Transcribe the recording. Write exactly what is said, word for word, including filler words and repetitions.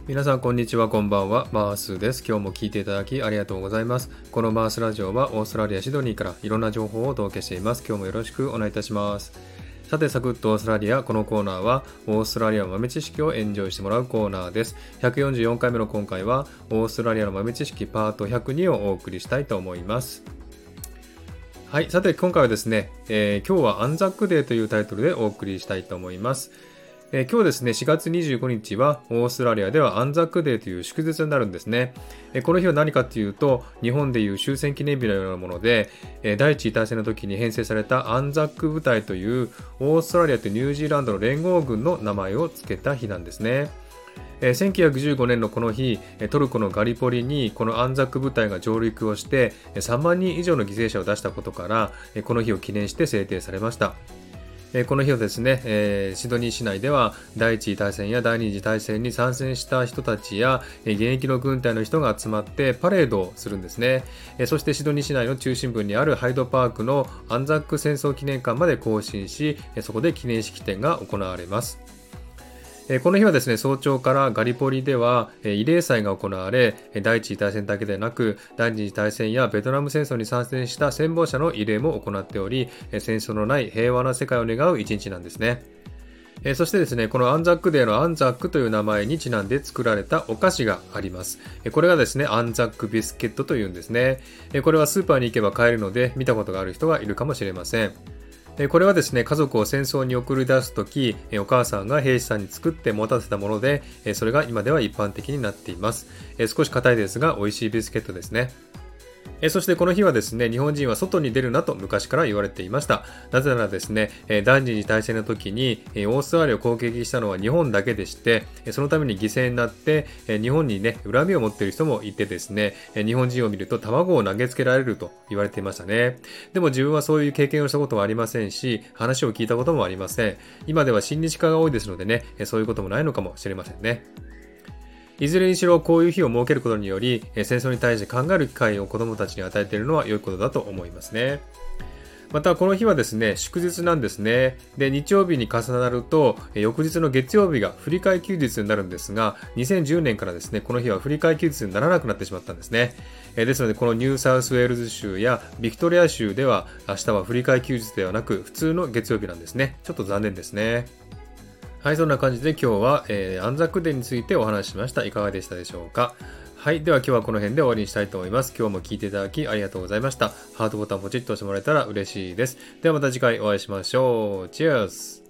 皆さんこんにちは、こんばんは。マースです。今日も聞いていただきありがとうございます。このマースラジオはオーストラリア・シドニーからいろんな情報をお届けしています。今日もよろしくお願いいたします。さて、サクッとオーストラリア。このコーナーはオーストラリアの豆知識をエンジョイしてもらうコーナーです。ひゃくよんじゅうよんかいめの今回はオーストラリアの豆知識パートひゃくにをお送りしたいと思います。はい、さて今回はですね、えー、今日はアンザックデーというタイトルでお送りしたいと思います。えー、今日ですね、しがつにじゅうごにちはオーストラリアではアンザックデーという祝日になるんですね。えー、この日は何かというと、日本でいう終戦記念日のようなもので、えー、第一次大戦の時に編成されたアンザック部隊というオーストラリアとニュージーランドの連合軍の名前を付けた日なんですね。えー、せんきゅうひゃくじゅうごねんのこの日、トルコのガリポリにこのアンザック部隊が上陸をしてさんまんにん以上の犠牲者を出したことから、この日を記念して制定されました。この日はですね、えー、シドニー市内では第一次大戦や第二次大戦に参戦した人たちや現役の軍隊の人が集まってパレードをするんですね。そしてシドニー市内の中心部にあるハイドパークのアンザック戦争記念館まで行進し、そこで記念式典が行われます。この日はですね、早朝からガリポリでは慰霊祭が行われ、第一次大戦だけでなく第二次大戦やベトナム戦争に参戦した戦没者の慰霊も行っており、戦争のない平和な世界を願う一日なんですね。そしてですね、このアンザックデーのアンザックという名前にちなんで作られたお菓子があります。これがですね、アンザックビスケットというんですね。これはスーパーに行けば買えるので見たことがある人がいるかもしれません。これはですね、家族を戦争に送り出すとき、お母さんが兵士さんに作って持たせたもので、それが今では一般的になっています。少し硬いですが美味しいビスケットですね。そしてこの日はですね、日本人は外に出るなと昔から言われていました。なぜならですね、第二次大戦の時にオーストラリアを攻撃したのは日本だけでして、そのために犠牲になって日本にね、恨みを持っている人もいてですね、日本人を見ると卵を投げつけられると言われていましたね。でも自分はそういう経験をしたことはありませんし、話を聞いたこともありません。今では親日家が多いですのでね、そういうこともないのかもしれませんね。いずれにしろこういう日を設けることにより、戦争に対して考える機会を子どもたちに与えているのは良いことだと思いますね。またこの日はですね、祝日なんですね。で、日曜日に重なると翌日の月曜日が振り替え休日になるんですが、にせんじゅうねんからですね、この日は振り替え休日にならなくなってしまったんですね。ですのでこのニューサウスウェールズ州やビクトリア州では明日は振り替え休日ではなく普通の月曜日なんですね。ちょっと残念ですね。はい、そんな感じで今日は、えー、アンザックデーについてお話ししました。いかがでしたでしょうか。はい、では今日はこの辺で終わりにしたいと思います。今日も聞いていただきありがとうございました。ハートボタンポチッと押してもらえたら嬉しいです。ではまた次回お会いしましょう。チェアス